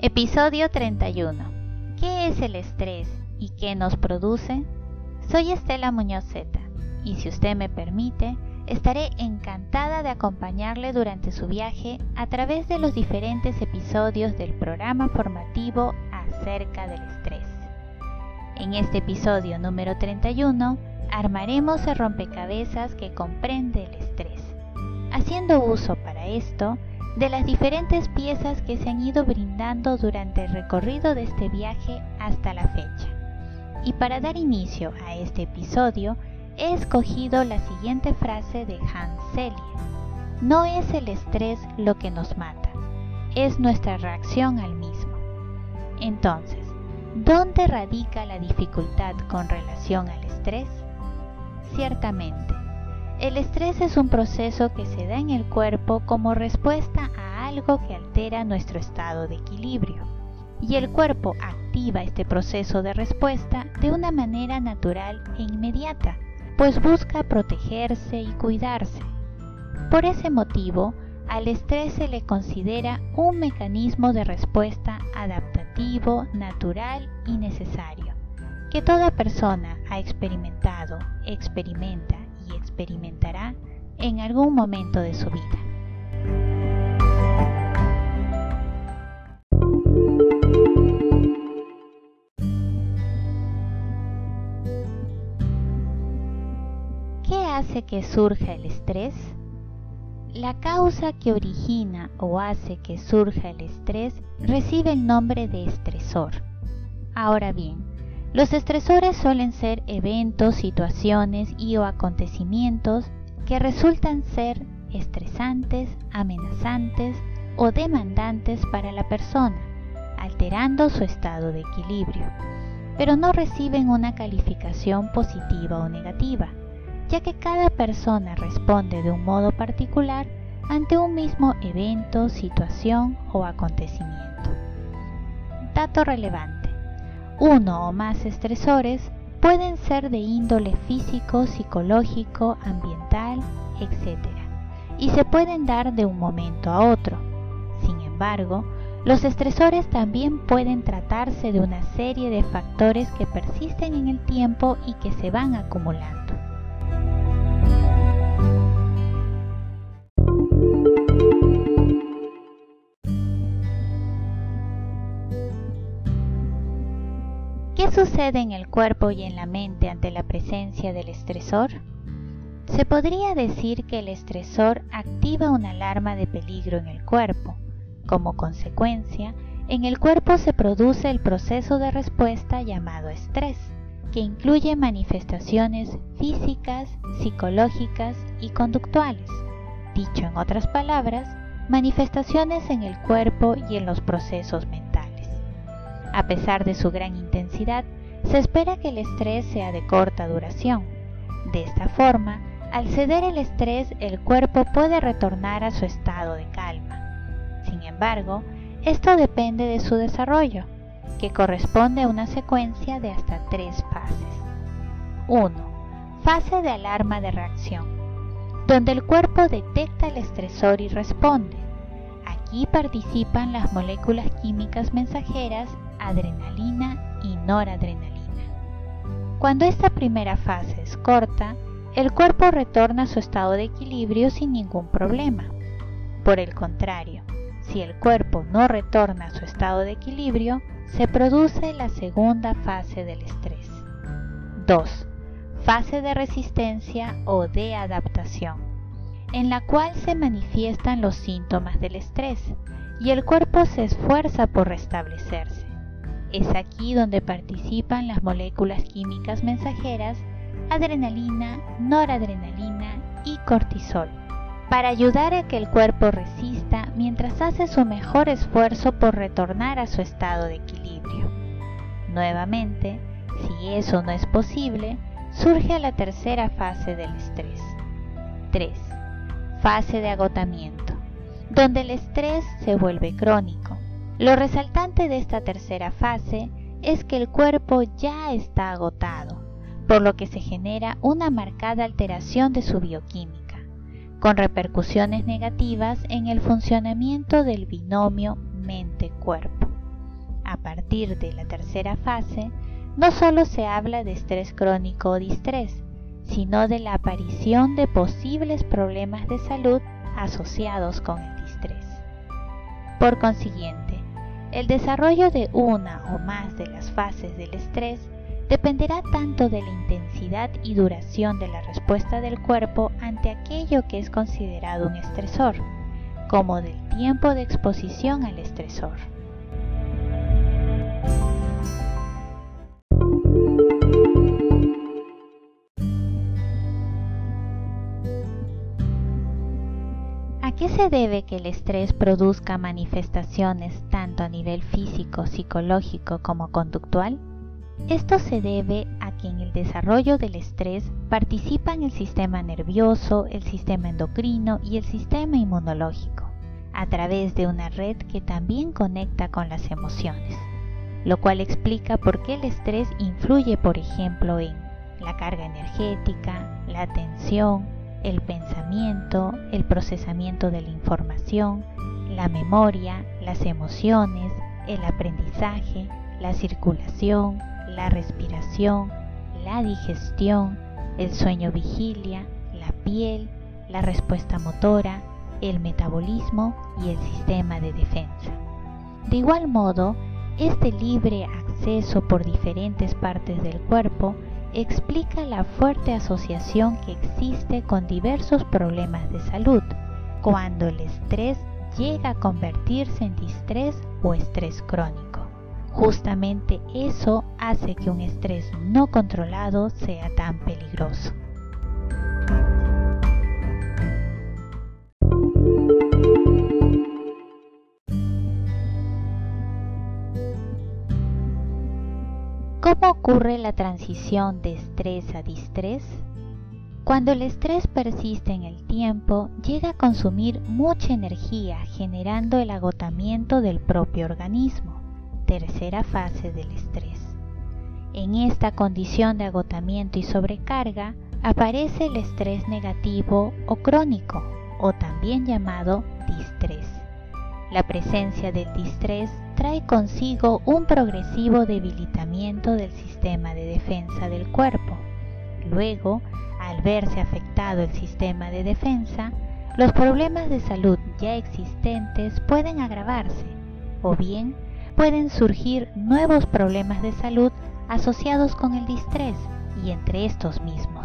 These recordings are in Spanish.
Episodio 31. ¿Qué es el estrés y qué nos produce? Soy Estela Muñoz Zeta y si usted me permite, estaré encantada de acompañarle durante su viaje a través de los diferentes episodios del programa formativo acerca del estrés. En este episodio número 31, armaremos el rompecabezas que comprende el estrés, haciendo uso para esto de las diferentes piezas que se han ido brindando durante el recorrido de este viaje hasta la fecha. Y para dar inicio a este episodio, he escogido la siguiente frase de Hans Selye: no es el estrés lo que nos mata, es nuestra reacción al mismo. Entonces, ¿dónde radica la dificultad con relación al estrés? Ciertamente, el estrés es un proceso que se da en el cuerpo como respuesta a algo que altera nuestro estado de equilibrio. Y el cuerpo activa este proceso de respuesta de una manera natural e inmediata, pues busca protegerse y cuidarse. Por ese motivo, al estrés se le considera un mecanismo de respuesta adaptativo, natural y necesario, que toda persona ha experimentado, experimenta y experimentará en algún momento de su vida. ¿Qué hace que surja el estrés? La causa que origina o hace que surja el estrés recibe el nombre de estresor. Ahora bien, los estresores suelen ser eventos, situaciones y o acontecimientos que resultan ser estresantes, amenazantes o demandantes para la persona, alterando su estado de equilibrio, pero no reciben una calificación positiva o negativa, ya que cada persona responde de un modo particular ante un mismo evento, situación o acontecimiento. Dato relevante: uno o más estresores pueden ser de índole físico, psicológico, ambiental, etc. y se pueden dar de un momento a otro. Sin embargo, los estresores también pueden tratarse de una serie de factores que persisten en el tiempo y que se van acumulando. ¿Qué sucede en el cuerpo y en la mente ante la presencia del estresor? Se podría decir que el estresor activa una alarma de peligro en el cuerpo. Como consecuencia, en el cuerpo se produce el proceso de respuesta llamado estrés, que incluye manifestaciones físicas, psicológicas y conductuales. Dicho en otras palabras, manifestaciones en el cuerpo y en los procesos mentales. A pesar de su gran intensidad, se espera que el estrés sea de corta duración. De esta forma, al ceder el estrés, el cuerpo puede retornar a su estado de calma. Sin embargo, esto depende de su desarrollo, que corresponde a una secuencia de hasta 3 fases. 1. Fase de alarma de reacción, donde el cuerpo detecta el estresor y responde. Aquí participan las moléculas químicas mensajeras adrenalina y noradrenalina. Cuando esta primera fase es corta, el cuerpo retorna a su estado de equilibrio sin ningún problema. Por el contrario, si el cuerpo no retorna a su estado de equilibrio, se produce la segunda fase del estrés. 2. Fase de resistencia o de adaptación, en la cual se manifiestan los síntomas del estrés y el cuerpo se esfuerza por restablecerse. Es aquí donde participan las moléculas químicas mensajeras adrenalina, noradrenalina y cortisol, para ayudar a que el cuerpo resista mientras hace su mejor esfuerzo por retornar a su estado de equilibrio. Nuevamente, si eso no es posible, surge la tercera fase del estrés. 3. Fase de agotamiento, donde el estrés se vuelve crónico. Lo resaltante de esta tercera fase es que el cuerpo ya está agotado, por lo que se genera una marcada alteración de su bioquímica, con repercusiones negativas en el funcionamiento del binomio mente-cuerpo. a partir de la tercera fase, no solo se habla de estrés crónico o distrés, sino de la aparición de posibles problemas de salud asociados con el distrés. Por consiguiente, el desarrollo de una o más de las fases del estrés dependerá tanto de la intensidad y duración de la respuesta del cuerpo ante aquello que es considerado un estresor, como del tiempo de exposición al estresor. ¿A qué se debe que el estrés produzca manifestaciones tanto a nivel físico, psicológico como conductual? Esto se debe a que en el desarrollo del estrés participan el sistema nervioso, el sistema endocrino y el sistema inmunológico, a través de una red que también conecta con las emociones, lo cual explica por qué el estrés influye, por ejemplo, en la carga energética, la atención, el pensamiento, el procesamiento de la información, la memoria, las emociones, el aprendizaje, la circulación, la respiración, la digestión, el sueño vigilia, la piel, la respuesta motora, el metabolismo y el sistema de defensa. De igual modo, este libre acceso por diferentes partes del cuerpo explica la fuerte asociación que existe con diversos problemas de salud, cuando el estrés llega a convertirse en distrés o estrés crónico. Justamente eso hace que un estrés no controlado sea tan peligroso. ¿Cómo ocurre la transición de estrés a distrés? Cuando el estrés persiste en el tiempo, llega a consumir mucha energía, generando el agotamiento del propio organismo. Tercera fase del estrés. En esta condición de agotamiento y sobrecarga aparece el estrés negativo o crónico, o también llamado distrés. La presencia del distrés trae consigo un progresivo debilitamiento del sistema de defensa del cuerpo. Luego, al verse afectado el sistema de defensa, los problemas de salud ya existentes pueden agravarse, o bien pueden surgir nuevos problemas de salud asociados con el distrés y entre estos mismos.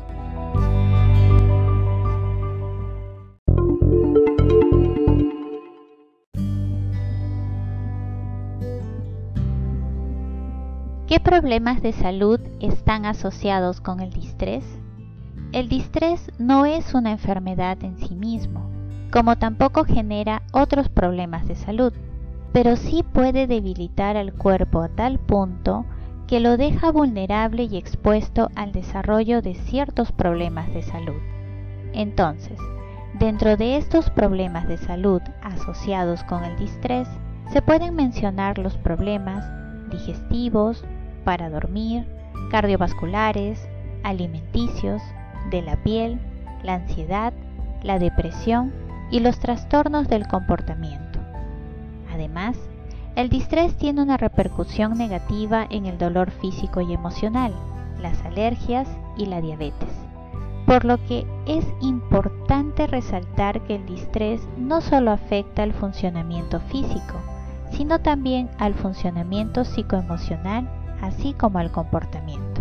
¿Qué problemas de salud están asociados con el distrés? El distrés no es una enfermedad en sí mismo, como tampoco genera otros problemas de salud, pero sí puede debilitar al cuerpo a tal punto que lo deja vulnerable y expuesto al desarrollo de ciertos problemas de salud. Entonces, dentro de estos problemas de salud asociados con el distrés, se pueden mencionar los problemas digestivos, para dormir, cardiovasculares, alimenticios, de la piel, la ansiedad, la depresión y los trastornos del comportamiento. Además, el distrés tiene una repercusión negativa en el dolor físico y emocional, las alergias y la diabetes, por lo que es importante resaltar que el distrés no solo afecta al funcionamiento físico, sino también al funcionamiento psicoemocional, así como al comportamiento.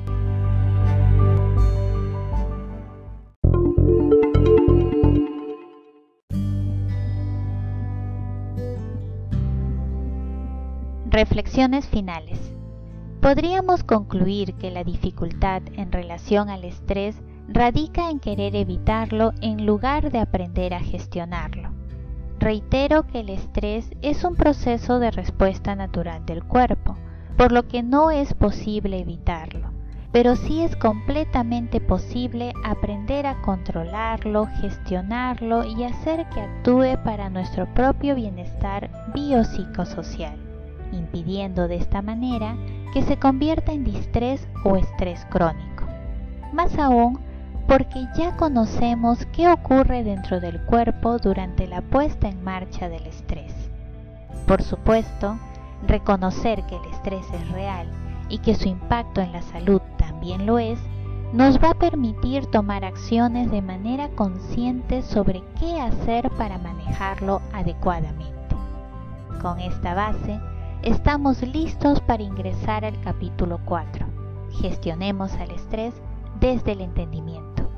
Reflexiones finales. Podríamos concluir que la dificultad en relación al estrés radica en querer evitarlo en lugar de aprender a gestionarlo. Reitero que el estrés es un proceso de respuesta natural del cuerpo, por lo que no es posible evitarlo, pero sí es completamente posible aprender a controlarlo, gestionarlo y hacer que actúe para nuestro propio bienestar biopsicosocial, impidiendo de esta manera que se convierta en distrés o estrés crónico. Más aún, porque ya conocemos qué ocurre dentro del cuerpo durante la puesta en marcha del estrés. Por supuesto, Reconocer que el estrés es real y que su impacto en la salud también lo es, nos va a permitir tomar acciones de manera consciente sobre qué hacer para manejarlo adecuadamente. Con esta base, estamos listos para ingresar al capítulo 4. Gestionemos el estrés desde el entendimiento.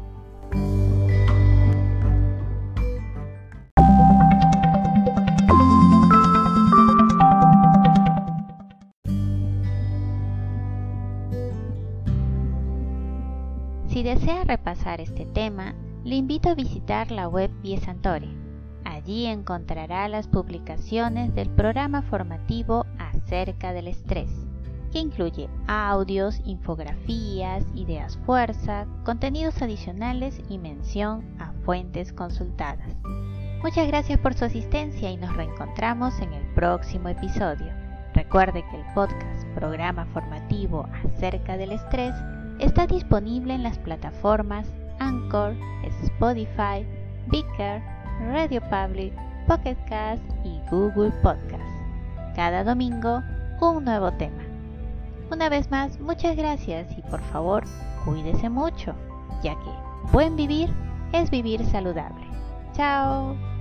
Si desea repasar este tema, le invito a visitar la web Biesantore. Allí encontrará las publicaciones del programa formativo acerca del estrés, que incluye audios, infografías, ideas fuerza, contenidos adicionales y mención a fuentes consultadas. Muchas gracias por su asistencia y nos reencontramos en el próximo episodio. Recuerde que el podcast Programa Formativo acerca del estrés está disponible en las plataformas Anchor, Spotify, Breaker, Radio Public, Pocket Cast y Google Podcast. Cada domingo, un nuevo tema. Una vez más, muchas gracias y por favor, cuídese mucho, ya que buen vivir es vivir saludable. ¡Chao!